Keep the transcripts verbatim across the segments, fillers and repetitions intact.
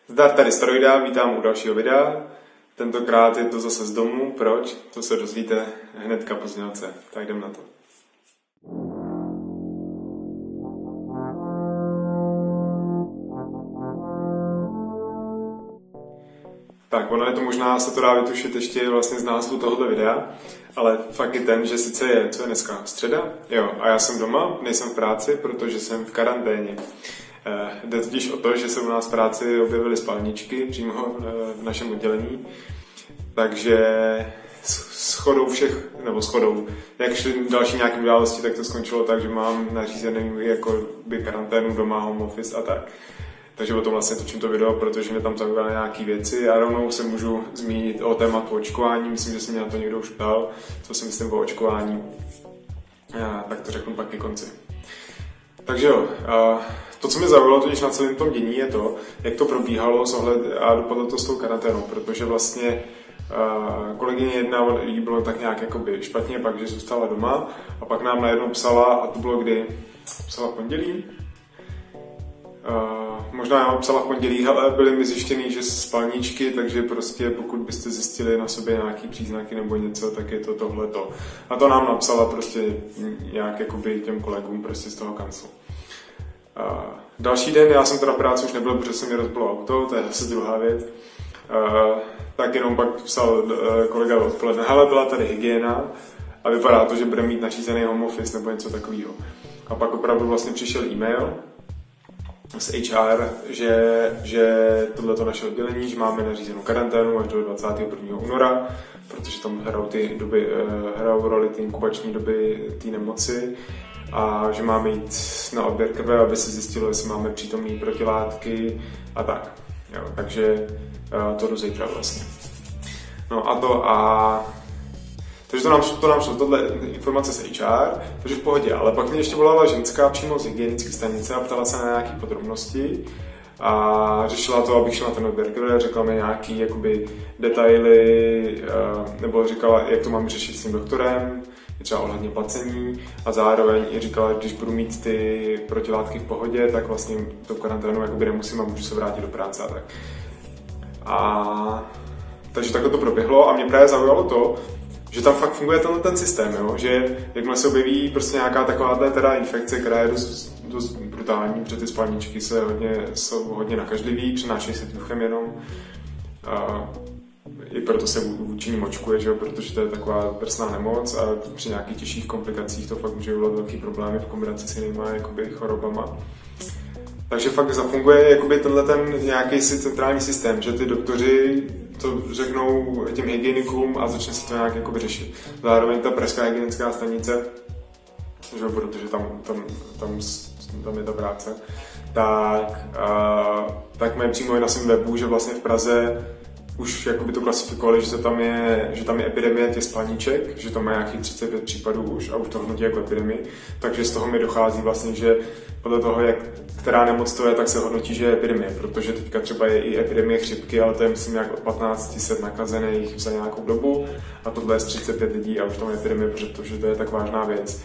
Zdar, tady Staroida, vítám u dalšího videa. Tentokrát je to zase z domu. Proč? To se dozvíte hnedka po znělce. Tak jdem na to. Tak, ono je to možná, se to dá vytušit ještě vlastně z názvu tohoto videa, ale fakt je ten, že sice je, co je dneska, středa, jo, a já jsem doma, nejsem v práci, protože jsem v karanténě. Jde totiž o to, že se u nás v práci objevily spalničky přímo v našem oddělení, takže shodou všech, nebo shodou, jak šly další nějaké události, tak to skončilo tak, že mám nařízený jako by karanténu doma, home office a tak. Takže o tom vlastně točím to video, protože mě tam zaujímaly nějaké věci a rovnou se můžu zmínit o tématu očkování. Myslím, že se mě na to někdo už ptal, co si myslím o očkování. Já, tak to řeknu pak ke konci. Takže jo, to, co mě zaujalo totiž na celém tom dění, je to, jak to probíhalo s ohled a dopadlo to s tou karanténou, protože vlastně kolegyně jedna, jí bylo tak nějak jakoby špatně, pak, že zůstala doma a pak nám najednou psala, a to bylo kdy? Psala v pondělí? Uh, možná já psala v pondělí, ale byly mi zjištěný, že spalničky, takže prostě pokud byste zjistili na sobě nějaký příznaky nebo něco, tak je to tohleto. A to nám napsala prostě nějak jakoby těm kolegům prostě z toho kanclu. Uh, další den, já jsem teda v práci už nebyl, protože se mi rozbilo auto, to je zase druhá věc. Uh, tak jenom pak psal uh, kolega odpoledne, hele, byla tady hygiena a vypadá to, že bude mít nařízený home office nebo něco takového. A pak opravdu vlastně přišel e-mail z H R, že, že tohleto naše oddělení, že máme nařízenou karanténu až do dvacátého prvního února, protože tam hrajou, ty doby, hrajou roli ty inkubační doby té nemoci a že máme jít na odběr krve, aby se zjistilo, jestli máme přítomné protilátky a tak. Jo, takže to jdu zítra vlastně. No a to a... Takže to nám, to nám šlo, tohle informace z H R, takže v pohodě, ale pak mě ještě volala ženská přímo z hygienické stanice a ptala se na nějaké podrobnosti a řešila to, abych šel na ten odběr krve, řekla mi nějaké jakoby detaily, nebo říkala, jak to mám řešit s tím doktorem, třeba ohledně placení a zároveň i říkala, že když budu mít ty protilátky v pohodě, tak vlastně tu karanténu jakoby nemusím a můžu se vrátit do práce a tak. A... Takže takhle to proběhlo a mě právě zaujalo to, že tam fakt funguje tenhle ten systém, jo? Že jakmile se objeví prostě nějaká takováhle teda infekce, která je dost, dost brutální, protože ty spalničky se hodně, jsou hodně nakažlivý, přenášejí se vzduchem jenom. A i proto se vůči nim očkuje, že jo? Protože to je taková drsná nemoc a při nějakých těžších komplikacích to fakt může vyvolat velký problémy v kombinaci s jinýma jakoby, chorobama. Takže fakt zafunguje jakoby tenhle ten nějaký centrální systém, že ty doktoři to řeknou těm hygienikům a začne se to nějak jakoby řešit. Zároveň ta pražská hygienická stanice, že, protože tam, tam, tam, tam je ta práce, tak, a, tak mají přímo na svém webu, že vlastně v Praze už jakoby to klasifikovali, že tam je, že tam je epidemie těch spalniček, že tam má nějakých třicet pět případů už a už to hodnotí jako epidemii, takže z toho mi dochází vlastně, že podle toho, jak, která nemoc to je, tak se hodnotí, že je epidemie, protože teďka třeba je i epidemie chřipky, ale to je myslím nějak od patnáct set nakazených za nějakou dobu a tohle je z třicet pět lidí a už tam je epidemie, protože to je tak vážná věc.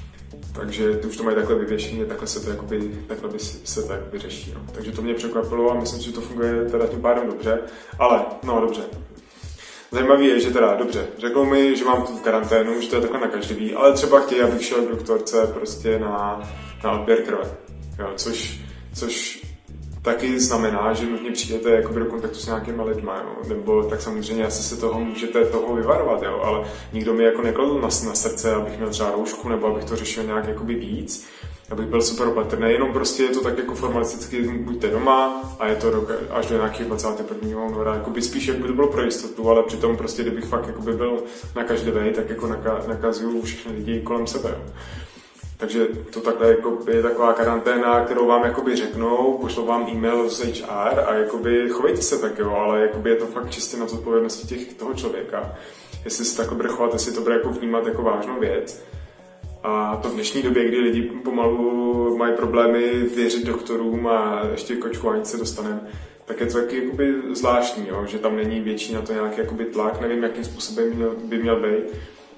Takže ty už to mají takhle vyvěšené, takhle se to jakoby, takhle by se to jakoby řeší. No. Takže to mě překvapilo a myslím, že to funguje teda tím pádem dobře, ale no dobře. Zajímavý je, že teda dobře, řekl mi, že mám tu karanténu, že to je takhle nakažlivý, ale třeba chtějí, abych šel k doktorce prostě na, na odběr krve, jo, což, což taky znamená, že nutně přijdete jakoby do kontaktu s nějakýma lidma, jo, nebo tak samozřejmě asi se toho můžete toho vyvarovat, jo, ale nikdo mi jako nekladl na, na srdce, abych měl třeba roušku, nebo abych to řešil nějak jakoby víc, abych byl super opatrný, jenom prostě je to tak jako formalisticky, buďte doma a je to do, až do nějakého dvacátého prvního února, jakoby spíš jak by to bylo pro jistotu, ale přitom prostě, kdybych fakt jakoby byl nakažlivý, tak jako naka, nakazuju všechny lidi kolem sebe, jo. Takže to takhle jako je taková karanténa, kterou vám jakoby řeknou, pošlou vám e-mail z H R a jakoby chovejte se tak, jo, ale jakoby je to fakt čistě na zodpovědnosti těch, toho člověka. Jestli se tak bude chovat, jestli to bude jako vnímat jako vážnou věc. A to v dnešní době, kdy lidi pomalu mají problémy věřit doktorům a ještě k očkování se dostaneme, tak je to taky jakoby zvláštní, jo, že tam není větší na to nějaký jakoby tlak, nevím, jakým způsobem by měl být.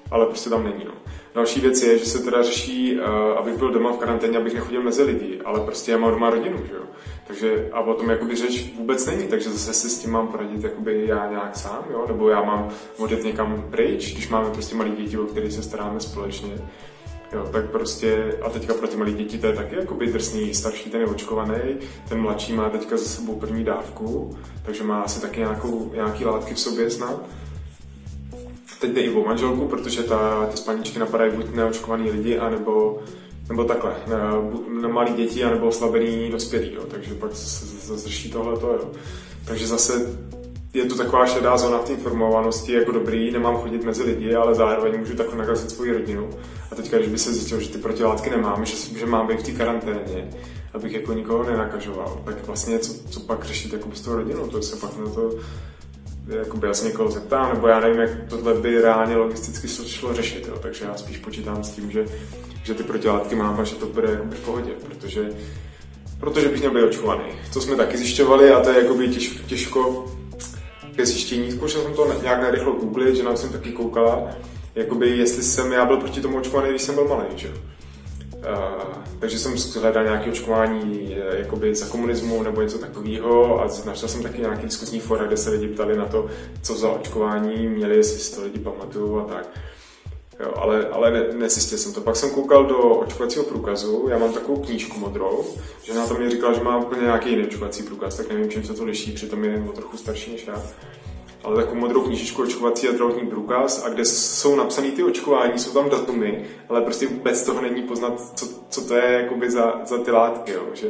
ale prostě tam není. No. Další věc je, že se teda řeší, uh, abych byl doma v karanténě, abych nechodil mezi lidi, ale prostě já mám doma rodinu, že jo. Takže a o tom jakoby řeč vůbec není, takže zase si s tím mám poradit jakoby já nějak sám, jo, nebo já mám odjet někam pryč, když máme prostě malý děti, o kterých se staráme společně. Jo, tak prostě, a teďka pro ty malé děti to je taky jakoby drsný, starší ten je očkovaný, ten mladší má teďka za sebou první dávku, takže má asi taky nějakou, nějaký látky v sobě snad. Teď jde i o manželku, protože ta, ty spalničky napadají buď neočkovaný lidi, anebo, nebo takhle, na, na malý děti, anebo oslabený dospělí, jo, takže pak se zřeší tohleto, jo. Takže zase je to taková šedá zóna v té informovanosti, jako dobrý, nemám chodit mezi lidi, ale zároveň můžu takhle nakazit svoji rodinu. A teďka, když by se zjistil, že ty protilátky nemám, že, že mám být v té karanténě, abych jako nikoho nenakažoval, tak vlastně co, co pak řešit jako s tou rodinou, to se pak na to jakoby já se někoho zeptám, nebo já nevím, jak tohle by reálně logisticky šlo řešit, jo. Takže já spíš počítám s tím, že, že ty protilátky mám a že to bude jakoby v pohodě, protože, protože bych měl být očkovaný. To jsme taky zjišťovali a to je jakoby těž, těžko ke zjištění. Zkoušel jsem to nějak narychlo googlit, že nám jsem taky koukala, jakoby jestli jsem, já byl proti tomu očkovaný, když jsem byl malý, že? Uh, takže jsem hledal nějaké očkování jakoby za komunismu nebo něco takového a našel jsem taky nějaký diskusní fora, kde se lidi ptali na to, co za očkování měli, jestli si to lidi pamatují a tak. Jo, ale, ale ne, nezjistil jsem to. Pak jsem koukal do očkovacího průkazu, já mám takovou knížku modrou, že na to mi říkala, že mám úplně nějaký jiný očkovací průkaz, tak nevím, čím se to liší, přitom je o trochu starší než já. Ale takovou modrou knížičku očkovací a zdravotní průkaz a kde jsou napsané ty očkování, jsou tam datumy, ale prostě vůbec toho není poznat, co, co to je jakoby za, za ty látky, jo, že,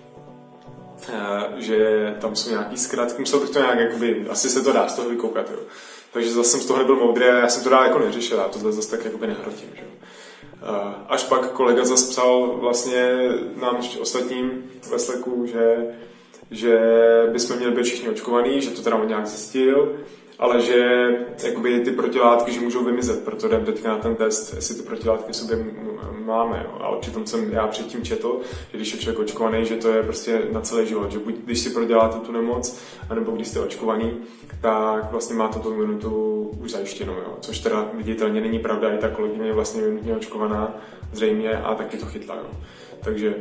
že tam jsou nějaký zkratky, musel bych to nějak, jakoby, asi se to dá z toho vykoukat, jo. Takže zase jsem z toho nebyl moudrý a já jsem to dál jako neřešil, já tohle zase tak jakoby nehrotím, že? Až pak kolega zase psal vlastně nám ostatním ve Slacku, že, že bychom měli být všichni očkovaný, že to teda on nějak zjistil, ale že jakoby ty protilátky, že můžou vymizet, proto jdem teďka na ten test, jestli ty protilátky v sobě máme. Jo. A přitom jsem já předtím četl, že když je člověk očkovaný, že to je prostě na celý život, že buď když si proděláte tu nemoc, anebo když jste očkovaný, tak vlastně máte tu imunitu už zajištěnou, jo. Což teda viditelně není pravda, i ta kolegyně je vlastně imunitně očkovaná zřejmě a taky to chytla. Jo. Takže,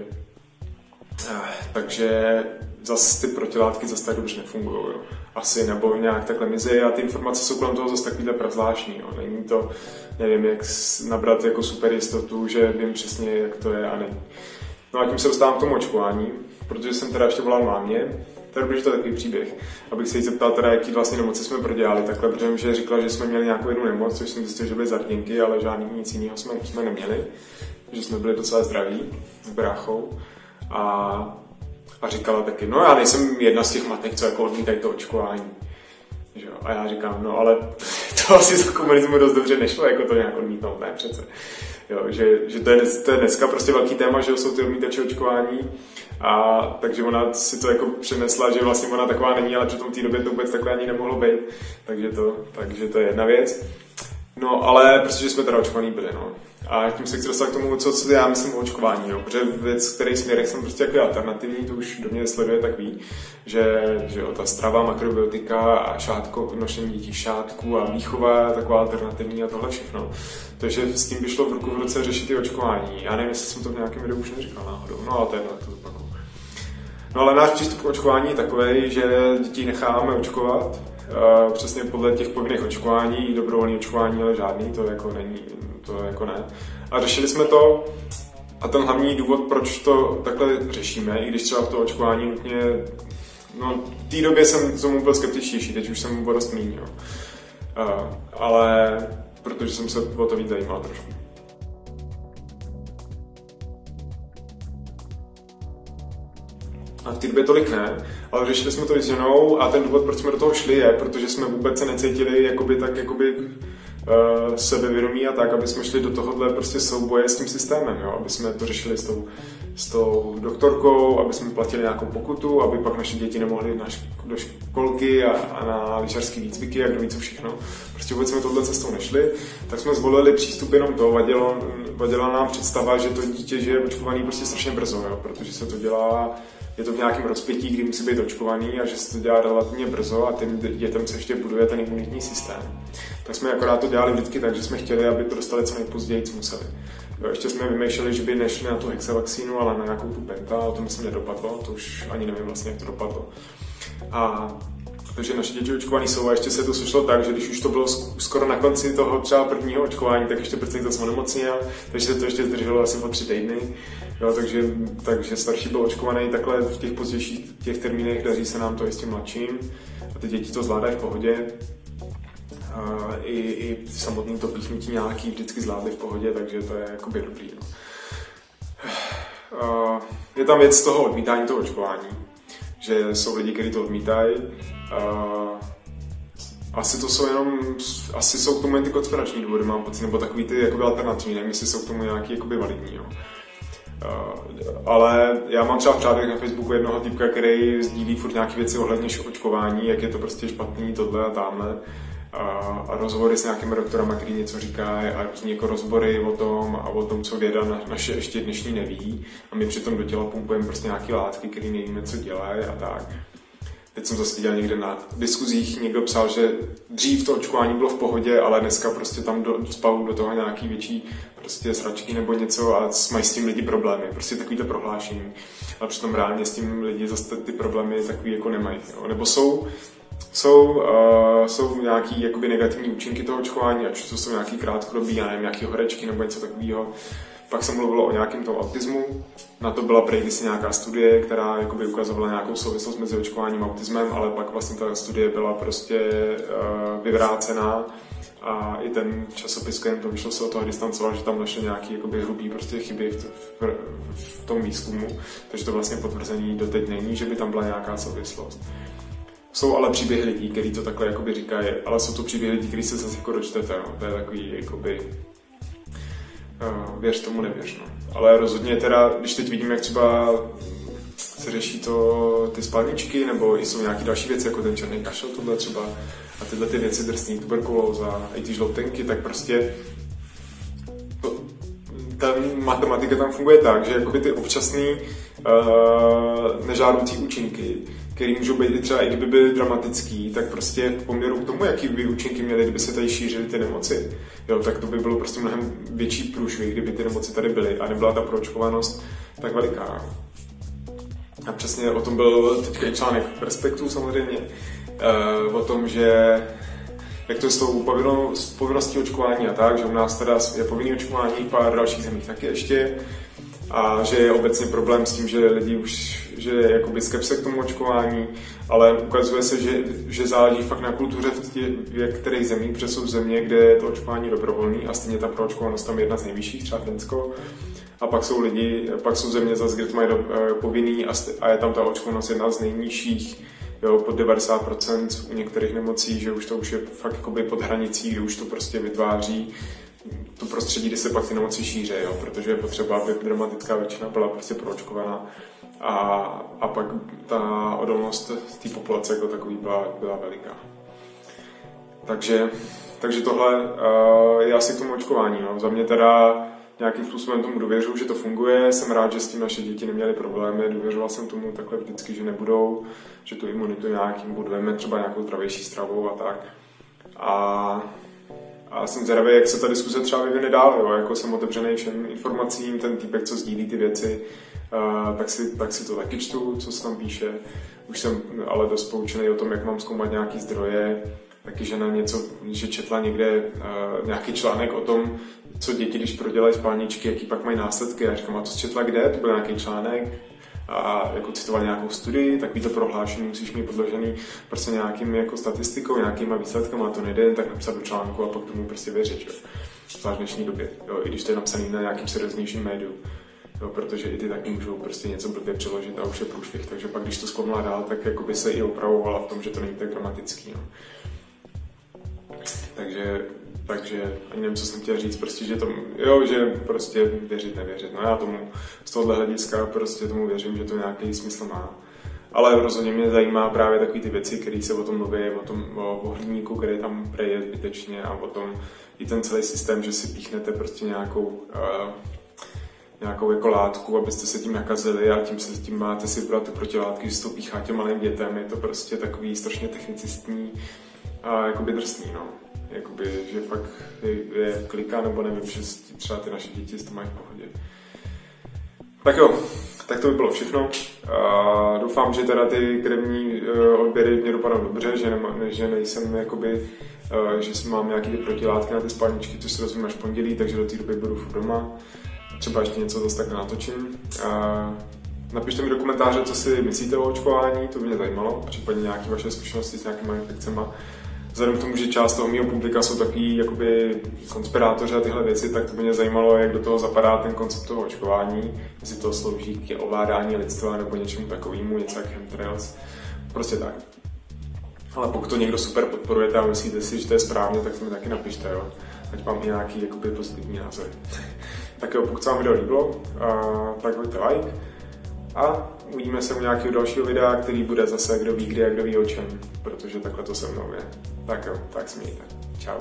takže zase ty protilátky zase tak dobře nefungují. Jo. Asi, nebo nějak takhle mizí a ty informace jsou kolem toho zase takovýhle pravzvláštní. Jo. Není to, nevím, jak nabrat jako super jistotu, že vím přesně, jak to je a není. No a tím se dostávám k tomu očkování, protože jsem teda ještě volal mámě, to je to takový příběh, abych se jí zeptal teda, jaký vlastně nemoci jsme prodělali takhle, protože že říkala, že jsme měli nějakou jednu nemoc, což jsem zjistil, že byly zardinky, ale žádný nic jiného jsme, jsme neměli, že jsme byli docela zdraví s bráchou a A říkala taky, no já nejsem jedna z těch matek, co jako odmítají to očkování. Že jo? A já říkám, no ale to asi za komunismu dost dobře nešlo, jako to nějak odmítnout, ne přece. Jo, že, že to, je, to je dneska prostě velký téma, že jsou ty odmítači očkování. A takže ona si to jako přenesla, že vlastně ona taková není, ale přitom v té době to vůbec takhle ani nemohlo být. Takže to, takže to je jedna věc. No ale protože jsme teda očkovaný byli, no. A tím se chci dostat k tomu, co, co já myslím o očkování, jo. Protože věc, který směrech jsem prostě jako alternativní, to už do mě sleduje, tak ví, že, že jo, ta strava, makrobiotika a šátko, nošení dětí šátku a výchova je taková alternativní a tohle všechno. Takže s tím by šlo v ruku v ruce řešit i očkování. Já nevím, jestli jsem to v nějakém videu už neříkal náhodou, no ale to je to zopakuju. No ale náš přístup k očkování je takový, že děti necháváme očkovat, uh, přesně podle těch povinných očkování, dobrovolné očkování, ale žádný, to jako není, to jako ne. A řešili jsme to a ten hlavní důvod, proč to takhle řešíme, i když třeba v to očkování nutně, no v té době jsem tomu byl skeptičtější, teď už jsem o dost míň, jo. Uh, ale protože jsem se o to víc zajímal trošku. A v té době tolik ne, ale řešili jsme to s ženou a ten důvod, proč jsme do toho šli, je, protože jsme vůbec se necítili jakoby tak jakoby uh, sebevědomí a tak, aby jsme šli do tohohle prostě souboje s tím systémem, jo? Aby jsme to řešili s tou, s tou doktorkou, aby jsme platili nějakou pokutu, aby pak naše děti nemohly na šk- do školky a, a na lyžařský výcviky a kdo ví co všechno. Prostě vůbec jsme tohle cestou nešli, tak jsme zvolili přístup jenom to, vadilo, vadila nám představa, že to dítě že je očkovaný prostě strašně brzo, jo? Protože se to dělá, je to v nějakém rozpětí, kdy musí být očkovaný a že se to dělá relativně brzo a tím dětem se ještě buduje ten imunitní systém. tak jsme akorát to dělali vždycky tak, že jsme chtěli, aby to dostali co nejpozději, co museli. Jo, ještě jsme vymýšleli, že by nešli na tu hexavakcínu, ale na nějakou tu penta, a to myslím nedopadlo, to už ani nevím vlastně, jak to dopadlo. A takže naše děti očkovaný jsou a ještě se to sešlo tak, že když už to bylo skoro na konci toho třeba prvního očkování, tak ještě prcek zase onemocněl, takže se to ještě zdrželo asi po tři týdny. Jo, takže, takže starší byl očkovaný takhle v těch pozdějších těch termínech, daří se nám to i s tím mladším a ty děti to zvládají v pohodě. A i, i samotný to píchnutí nějaký vždycky zvládli v pohodě, takže to je jakoby dobrý. No. A je tam věc toho odmítání toho očkování, že jsou lidi, kteří to odmítají. Asi to jsou jenom, asi jsou k tomu jen ty konspirační důvody, mám pocit, nebo takový ty jakoby alternativní, nevím, jestli jsou k tomu nějaký jakoby validní. Jo. Ale já mám třeba v řádech na Facebooku jednoho typka, který sdílí furt nějaké věci ohledně očkování, jak je to prostě špatný, tohle a tamhle. A rozhovory s nějakými doktorama, který něco říkají a různý jako rozbory o tom a o tom, co věda na, naše ještě dnešní neví. A my přitom do těla pumpujeme prostě nějaké látky, které nevíme, co dělají a tak. Teď jsem zase viděl někde na diskuzích, někdo psal, že dřív to očkování bylo v pohodě, ale dneska prostě tam do, spalu do toho nějaký větší prostě sračky nebo něco a mají s tím lidi problémy. Prostě takovýto prohlášení. A přitom reálně s tím lidi zase ty problémy takový jako nemají. Jo. Nebo jsou Jsou, uh, jsou nějaký jakoby negativní účinky toho očkování, ať to jsou nějaký krátkodobý, já nevím, nějaký horečky nebo něco takového. Pak se mluvilo o nějakém tom autismu. Na to byla prej kdysi nějaká studie, která jakoby ukazovala nějakou souvislost mezi očkováním a autismem, ale pak vlastně ta studie byla prostě uh, vyvrácená a i ten časopis, kterým to vyšlo, se od toho distancoval, že tam našel nějaké jakoby hrubý prostě chyby v, v, v tom výzkumu, takže to vlastně potvrzení doteď není, že by tam byla nějaká souvislost. Jsou ale příběhy lidí, kteří to takhle jakoby říkají, ale jsou to příběhy lidí, kteří se zase jako dočtete, no. To je takový jakoby uh, věř tomu, nevěř, no. Ale rozhodně teda, když teď vidím, jak třeba se řeší to ty spalničky, nebo jsou nějaké další věci, jako ten černý kašel, tohle třeba, a tyhle ty věci, drsný tuberkulóza, i ty žloutenky, tak prostě to, ta matematika tam funguje tak, že jakoby ty občasný uh, nežádoucí účinky, který můžou být třeba, i kdyby byly dramatický, tak prostě v poměru k tomu, jaký by účinky měly, kdyby se tady šířily ty nemoci, jo, tak to by bylo prostě mnohem větší průšvih, kdyby ty nemoci tady byly a nebyla ta proočkovanost tak veliká. A přesně o tom byl teďka i článek v Perspektu samozřejmě, uh, o tom, že jak to je s tou povinností očkování a tak, že u nás teda je povinný očkování, v pár dalších zemích taky ještě, a že je obecně problém s tím, že lidi už, že je jakoby skepse k tomu očkování, ale ukazuje se, že, že záleží fakt na kultuře v, tě, v některých zemích, protože jsou země, kde je to očkování dobrovolný a stejně ta proočkovanost tam je jedna z nejvyšších, třeba Finsko. A pak jsou lidi, pak jsou země zase, kde to mají do, povinný a, a je tam ta očkovanost jedna z nejnižších, jo, pod devadesát procent u některých nemocí, že už to už je fakt jakoby pod hranicí, kde už to prostě vytváří tu prostředí, kde se pak ty nemoci šíří, jo, protože je potřeba, aby dramatická většina byla prostě proočkovaná a, a pak ta odolnost té populace jako takový byla, byla veliká. Takže, takže tohle uh, je asi k tomu očkování. No. Za mě teda nějakým způsobem tomu důvěřuji, že to funguje, jsem rád, že s tím naše děti neměly problémy, důvěřoval jsem tomu takhle vždycky, že nebudou, že tu imunitu nějakým budujeme třeba nějakou zdravější stravou a tak. A A jsem zvědavý, jak se ta diskuse třeba vyvine dál, jo? Jako jsem otevřený všem informacím, ten týpek, co sdílí ty věci, uh, tak, si, tak si to taky čtu, co se tam píše. Už jsem ale dost poučený o tom, jak mám zkoumat nějaký zdroje, taky žena něco, že četla někde uh, nějaký článek o tom, co děti, když prodělají spalničky, jaký pak mají následky. Já říkám, a to četla kde? To byl nějaký článek. A jako citoval nějakou studii, takový to prohlášení musíš mít podložený prostě nějakým jako statistikou, nějakýma výsledkama, a to nejde jen tak napsat do článku a pak tomu prostě věřit, jo. Zvlášť v dnešní době, jo, i když to je napsaný na nějakým serióznějším médiu, jo, protože i ty taky můžou prostě něco blbě přeložit a už je průšvih, takže pak když to zkoumala dál, tak jako by se i opravovala v tom, že to není tak dramatický, no. Takže Takže ani nevím, co jsem chtěl říct, prostě, že tomu, jo, že prostě věřit, nevěřit. No já tomu z tohohle hlediska prostě tomu věřím, že to nějaký smysl má. Ale rozhodně mě zajímá právě takové ty věci, které se o tom mluví, o tom o, o hliníku, který tam preje zbytečně, a o tom i ten celý systém, že si píchnete prostě nějakou, uh, nějakou jako látku, abyste se tím nakazili, a tím se tím máte si brát ty protilátky, že se to píchá těm malým dětem. Je to prostě takový strašně technicistní a jakoby drsný, no. jakoby, že fakt je, je klika, nebo nevím, že třeba ty naše děti to mají v pohodě. Tak jo, tak to by bylo všechno. A doufám, že teda ty krevní odběry mě dopadnou dobře, že, nema, že nejsem jakoby, že mám nějaké ty protilátky na ty spalničky, což se dozvím až pondělí, takže do té doby budu furt doma. Třeba ještě něco zase tak natočím. A napište mi do komentáře, co si myslíte o očkování, to by mě zajímalo, případně nějaké vaše zkušenosti s nějakýma infekcemi. Vzhledem k tomu, že část toho mého publika jsou takový jakoby konspirátoři a tyhle věci, tak to by mě zajímalo, jak do toho zapadá ten koncept toho očkování, jestli to slouží k ovládání lidstva nebo něčemu takovému, něco jak chemtrails, prostě tak. Ale pokud to někdo super podporujete a myslíte si, že to je správně, tak to mi taky napište, jo. Ať mám i nějaký jakoby pozitivní názor. Tak jo, pokud se vám video líbilo, tak hoďte like a uvidíme se u nějakého dalšího videa, který bude zase kdo ví kdy a kdo ví o čem, protože takhle to se mnou je. Tak jo, tak se mějte. Čau.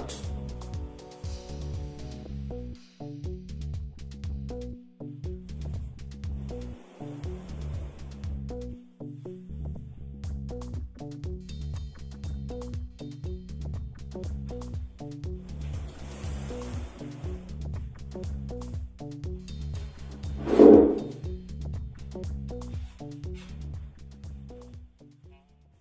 Thank you.